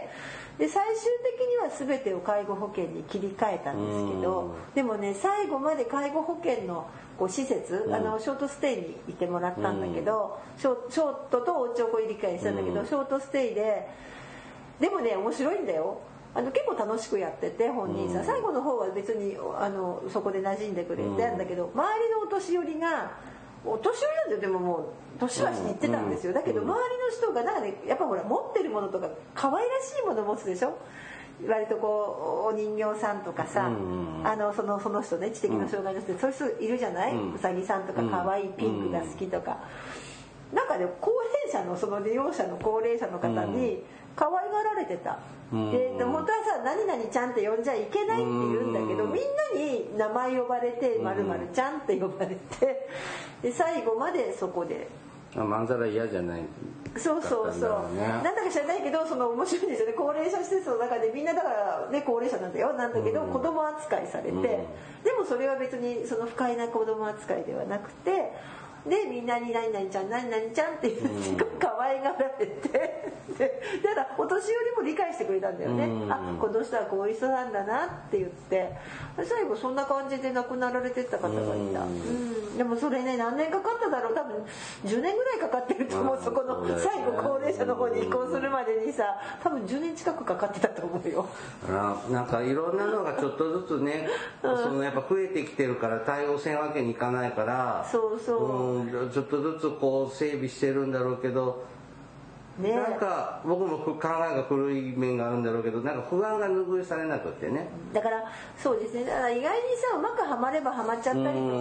で最終的には全てを介護保険に切り替えたんですけど、でもね最後まで介護保険のこう施設、あのショートステイにいてもらったんだけど、ショショートとお家をこう理解したんだけど、ショートステイででもね面白いんだよ。あの結構楽しくやってて本人さ、最後の方は別にあのそこで馴染んでくれてんだけど、周りのお年寄りがお年寄りなんてでももう年はしに行ってたんですよ。だけど周りの人がなんかねやっぱほら持ってるものとか可愛らしいもの持つでしょ。割とこうお人形さんとかさ、あのそのその人ね知的な障害の人でそういう人いるじゃない、うさぎさんとか可愛いピンクが好きとか、なんかね高齢者のその利用者の高齢者の方に可愛がられてた。で本当はさ何々ちゃんって呼んじゃいけないって言うんだけど、みんなに名前呼ばれて〇〇ちゃんって呼ばれて、で最後までそこでまんざら嫌じゃない、 そうそうそう、ね、なんだか知らないけどその面白いんですよね。高齢者施設の中でみんなだからね高齢者なんだよなんだけど、うん、子供扱いされて、うん、でもそれは別にその不快な子供扱いではなくて、でみんなに何々ちゃん何々ちゃんって言ってすごく可愛がられて、でただお年寄りも理解してくれたんだよね、うん、あこの人はこういう人なんだなって言って、最後そんな感じで亡くなられてった方がいた、うんうん、でもそれね何年かかっただろう、多分じゅうねんぐらいかかってると思う、そこの最後高齢者の方に移行するまでにさ多分じゅうねん近くかかってたと思うよ。 あなんかいろんなのがちょっとずつね、うん、そのやっぱ増えてきてるから対応せんわけにいかないから、 そうそう、 うんちょっとずつこう整備してるんだろうけど、ね、なんか僕も考えが古い面があるんだろうけど、なんか不安が拭いされなくってね。 だからそうですね、だから意外にさうまくはまればはまっちゃったりとか、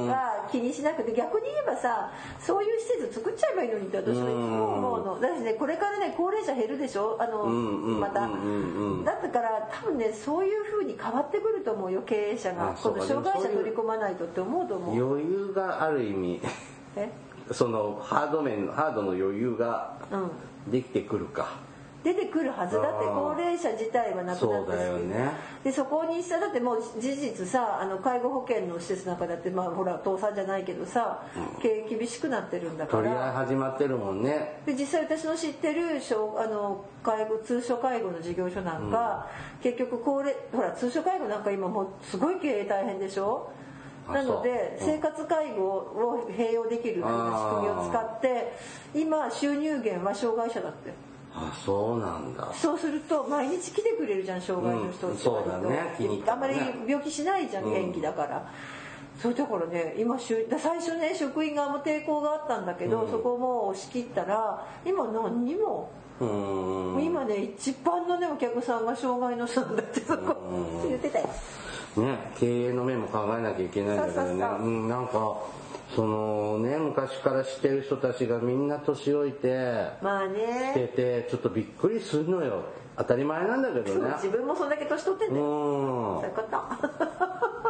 気にしなくて、逆に言えばさそういう施設作っちゃえばいいのにって私はいつも思うの。だしね、これからね高齢者減るでしょ、あのまただったから多分ねそういう風に変わってくると思うよ、経営者が。今度障害者取り込まないとって思うと思う。 余裕がある意味えそのハード面ハードの余裕ができてくるか、 出てくるはずだって。高齢者自体はなくなってる、 ね、 でそこにさだってもう事実さ、あの介護保険の施設なんかだってまあほら倒産じゃないけどさ、うん、経営厳しくなってるんだから取り合い始まってるもんね。 で実際私の知ってるあの介護通所介護の事業所なんか、うん、結局高齢ほら通所介護なんか今もうすごい経営大変でしょ。なので生活介護を併用できるような仕組みを使って今収入源は障害者だって。 あ、そうなんだ。 そうすると毎日来てくれるじゃん、障害の人って、うん、 そうだね、 あんまり病気しないじゃん、元気だから、うん、それだからね今最初ね職員側も抵抗があったんだけど、うん、そこをもう押し切ったら今何にも、うん、今ね一番のねお客さんが障害の人なんだってそこ言ってたよね。経営の面も考えなきゃいけないんだけどね。そうそうそう、うん、なんかそのね、昔から知ってる人たちがみんな年老いて、 まあね、 しててちょっとびっくりするのよ。当たり前なんだけどね。 自分もそんだけ年取ってんね。うん。そういうこと。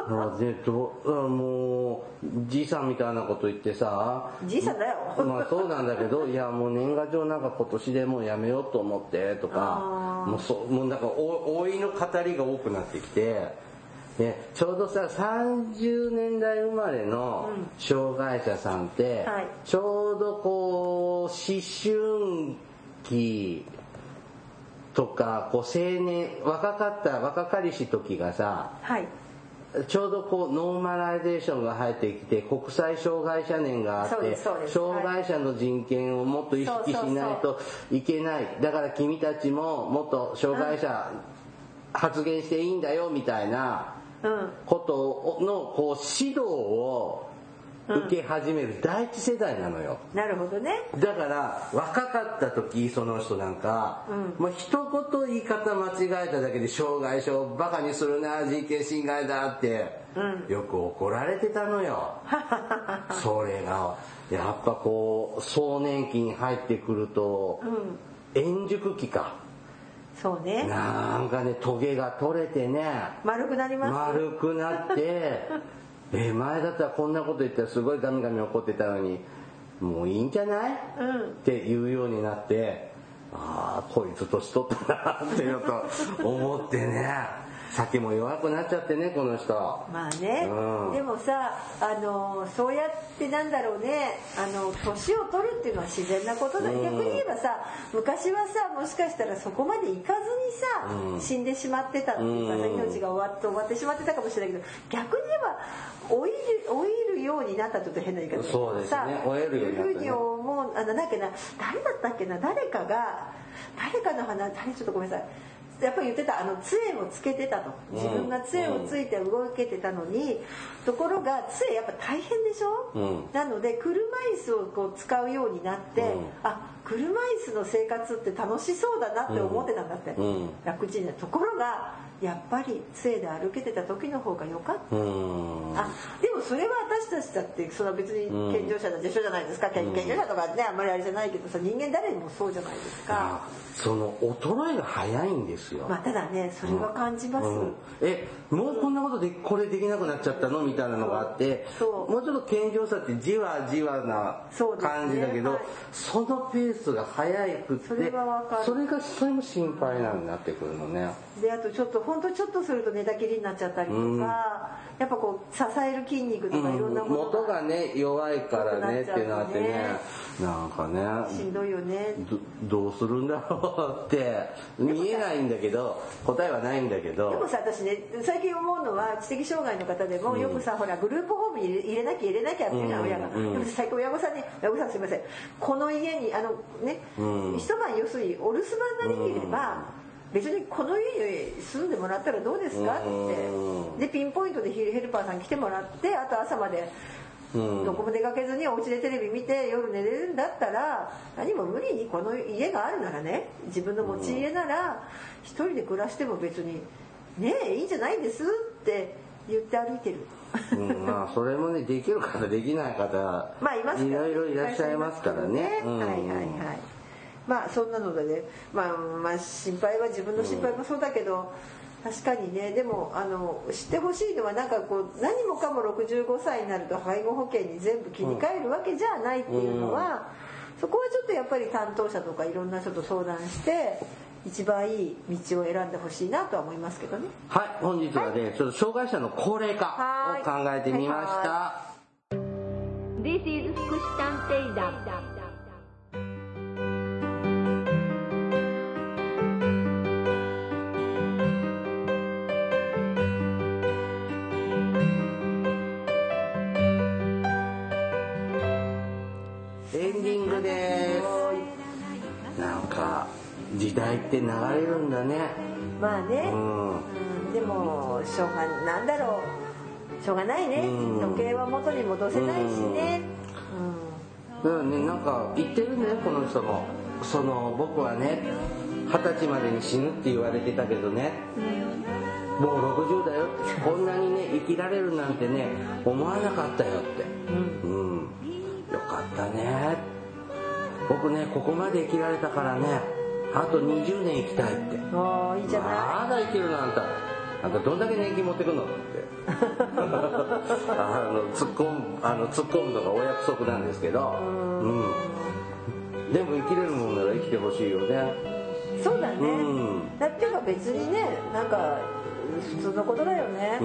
もうね、どもうじいさんみたいなこと言ってさ。 じいさんだよ。 まあそうなんだけど、いやもう年賀状なんか今年でもうやめようと思ってとか、もうそうもうなんか老いの語りが多くなってきて。ね、ちょうどささんじゅうねんだい生まれの障害者さんって、うんはい、ちょうどこう思春期とかこう青年若かった若かりし時がさ、はい、ちょうどこうノーマライゼーションが入ってきて国際障害者年があって障害者の人権をもっと意識しないといけない、だから君たちももっと障害者発言していいんだよみたいなことのこう指導を受け始める第一世代なのよ、 うん、なるほどね。 だから若かった時その人なんか、うん、もう一言言い方間違えただけで障害者をバカにするな人権侵害だって、うん、よく怒られてたのよそれがやっぱこう壮年期に入ってくると、うん、円熟期かそうね、 なんかねトゲが取れてね丸くなります丸くなってえ前だったらこんなこと言ったらすごいガミガミ怒ってたのにもういいんじゃない、うん、っていうようになって、ああこいつ年取ったなっていうと思ってね先も弱くなっちゃってねこの人。 まあね、うん、でもさあのそうやってなんだろうね、あの年を取るっていうのは自然なことだ、うん、逆に言えばさ昔はさもしかしたらそこまでいかずにさ、うん、死んでしまってたっていうかさ、うん、命が終わって終わってしまってたかもしれないけど、逆に言えば老いる老いるようになったって言うと変な言い方だけどさ、 老えるようになったね。 いうふうに思う、あのなんかな誰だったっけな、誰かが誰かの話、誰ちょっとごめんなさい。やっぱり言ってた、あの杖をつけてたと、自分が杖をついて動けてたのに、うん、ところが杖やっぱ大変でしょ、うん、なので車椅子をこう使うようになって、うん、あ車椅子の生活って楽しそうだなって思ってたんだって、うん、楽ちんなところがやっぱり杖で歩けてた時の方が良かった、うん、あでもそれは私たちだってその別に健常者の受賞じゃないですか、健常者とかねあんまりあれじゃないけどさ、人間誰にもそうじゃないですか。 その衰えが早いんですよ。 まあただねそれは感じます、うんうん、 えもうこんなことでこれできなくなっちゃったのみたいなのがあって、そうもうちょっと健常者ってじわじわな感じだけど そ,、ねはい、そのペースが速くって、それは分かる、それがそれも心配になってくるのね。 であとちょっと本当ちょっとすると寝たきりになっちゃったりとか、うん、やっぱこう支える筋肉とかいろんなものが、 うん、元がね弱いからねっていうのがあってね、なんかねしんどいよねど, どうするんだろうって見えないんだけど答えはないんだけど、 でもさ私ね最近思うのは知的障害の方でも、うん、よくさほらグループホームに入れなきゃ入れなきゃっていうのは親が、うん、でも最近親御さんに親御さんすいませんこの家にあのね、うん、一晩要するにお留守番ができれば、うん、別にこの家に住んでもらったらどうですかってでピンポイントでヘルパーさん来てもらってあと朝までどこも出かけずにお家でテレビ見て夜寝れるんだったら何も無理にこの家があるならね自分の持ち家なら一人で暮らしても別にねえいいんじゃないですって言って歩いてる。 うん、まあそれもねできる方できない方、 まあいますからね、 いろいろいらっしゃいますからね。 はいはいはい。まあそんなのでね、まあまあ心配は自分の心配もそうだけど、うん、確かにね、でもあの知ってほしいのはなんかこう何もかもろくじゅうごさいになると介護保険に全部切り替えるわけじゃないっていうのは、うん、そこはちょっとやっぱり担当者とかいろんな人と相談して一番いい道を選んでほしいなとは思いますけどね。 はい、本日はね、はい、ちょっと障害者の高齢化を考えてみました。 This is 福祉探偵団。 エンディングです。なんか時代って流れるんだね。 まあね、 うん、 うん、でもしょうがなんだろう、しょうがないね、うん、時計は元に戻せないしね、 うん、うん、だからね、なんか言ってるねこの人も。その僕はね二十歳までに死ぬって言われてたけどね、うん、もうろくじゅうだよって、こんなにね生きられるなんてね思わなかったよって、うん、うん、よかったね。僕ねここまで生きられたからね、あとにじゅうねん生きたいって。 ああいいじゃない。 まだ生きるのあんた。あんたどんだけ年金持ってくんのってあの突っ込むあの突っ込むのがお約束なんですけど、うん、うん、でも生きれるもんなら生きてほしいよね。 そうだね、うん、だっていうか別にねなんか普通のことだよね、うん、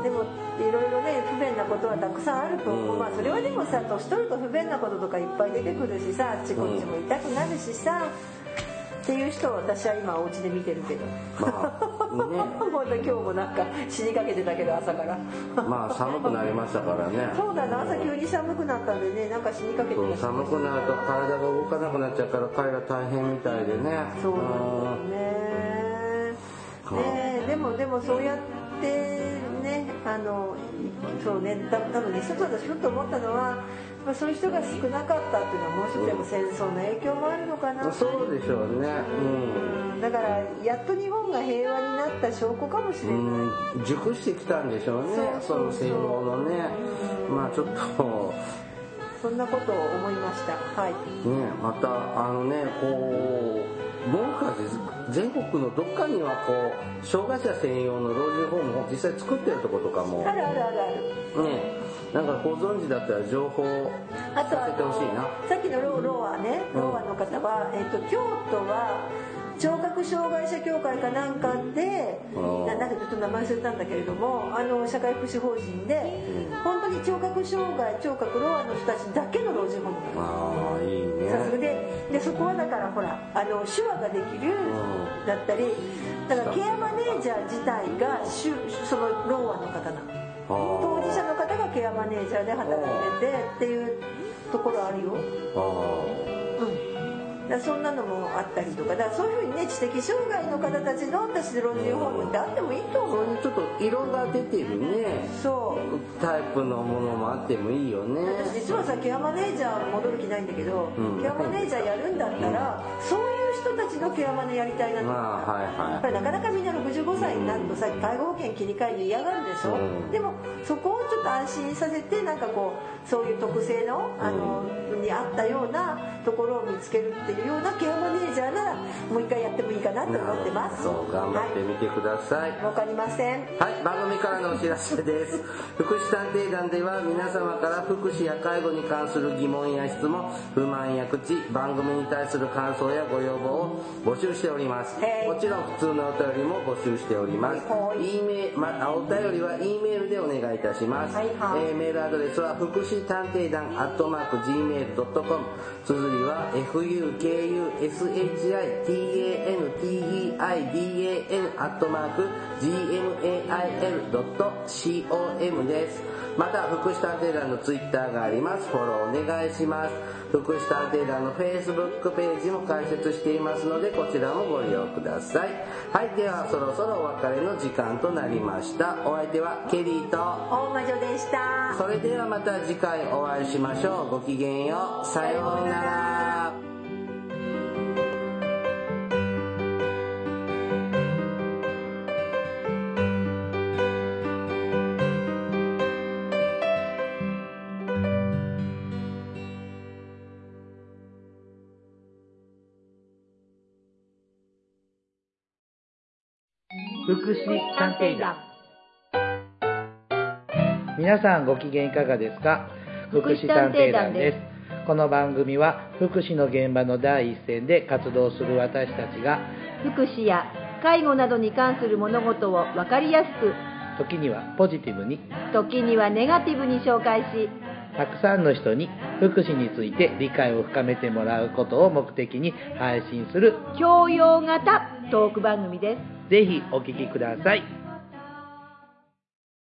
でもいろいろね不便なことはたくさんあると思う、うん、まあそれはでもさ年取ると不便なこととかいっぱい出てくるしさ、あっちこっちも痛くなるしさ、うん、っていう人を私は今お家で見てるけど、まあね、まだ今日もなんか死にかけてたけど朝からまあ寒くなりましたからね。 そうだな、朝急に寒くなったんでね、なんか死にかけてた。 寒くなると体が動かなくなっちゃうから彼ら大変みたいでね。 そうなんだよね。ね、でもでもそうやってね、あのそうね、多分ね、一つ私ふと思ったのは、まあ、そういう人が少なかったっていうのはもう一つでも戦争の影響もあるのかな、 うん、そうでしょうね、 うん、だからやっと日本が平和になった証拠かもしれない、 うん、熟してきたんでしょうね、その戦後のね、うん、まあちょっとそんなことを思いました。はい。 ね、またあのねこう文化で全国のどっかにはこう障害者専用の老人ホームを実際作ってるとことかもあるあるあるある。 ね、なんかご存知だったら情報をさせてほしいな。 さっきのロローアね、ローアの方は、えっと京都は聴覚障害者協会かなんかで、なんかちょっと名前忘れたんだけれども、あの社会福祉法人で、うん、本当に聴覚障害、聴覚ローアの人たちだけの老人ホーム。 ああ、いいね。 さすがで、でそこはだからほらあの手話ができるだったり、だからケアマネージャー自体がそのローアの方なの。当事者の方がケアマネージャーで働いててっていうところあるよ。うん、だそんなのもあったりとか、だからそういうふうにね、知的障害の方たちの私老人ホームってあってもいいと思う。 そういうちょっと色が出てるね、 そうタイプのものもあってもいいよね。 私実はさケアマネージャー戻る気ないんだけど、うん、ケアマネージャーやるんだったら、うん、そういう人たちのケアマネやりたいなって、 まあはいはい、やっぱりなかなかみんなろくじゅうごさいになるとさ介護保険切り替えに嫌がるでしょ、うん、でもそこをちょっと安心させて、なんかこうそういう特性の、あの、うん、に合ったようなところを見つけるっていうようなケアマネージャーならもう一回やってもいいかなと思ってます。 そう頑張ってみてください。 わ、はい、かりません。 はい、番組からのお知らせです。福祉探偵団では皆様から福祉や介護に関する疑問や質問、不満や口、番組に対する感想やご要望を募集しております。もちろん普通のお便りも募集しております。Eメール、まあ、お便りは E メールでお願いいたします。はいはい、えー、メールアドレスは福祉探偵団アットマーク ジーメールドットコム、 綴りは エフユーケーユーエスエイチアイティーエーエヌティーイーアイディーエーエヌ アットマーク ジーエムエーアイエルドットコム です。また福祉探偵団のツイッターがあります。フォローお願いします。福祉探偵団の Facebook ページも開設していますので、こちらもご利用ください。はい、ではそろそろお別れの時間となりました。お相手はケリーと大魔女でした。 それではまた次回お会いしましょう。ごきげんよう。さようなら。 福祉探偵団。皆さんご機嫌いかがですか？福祉探偵団です。この番組は福祉の現場の第一線で活動する私たちが福祉や介護などに関する物事を分かりやすく、 時にはポジティブに、 時にはネガティブに紹介し、 たくさんの人に福祉について理解を深めてもらうことを目的に配信する教養型トーク番組です。 ぜひお聞きください。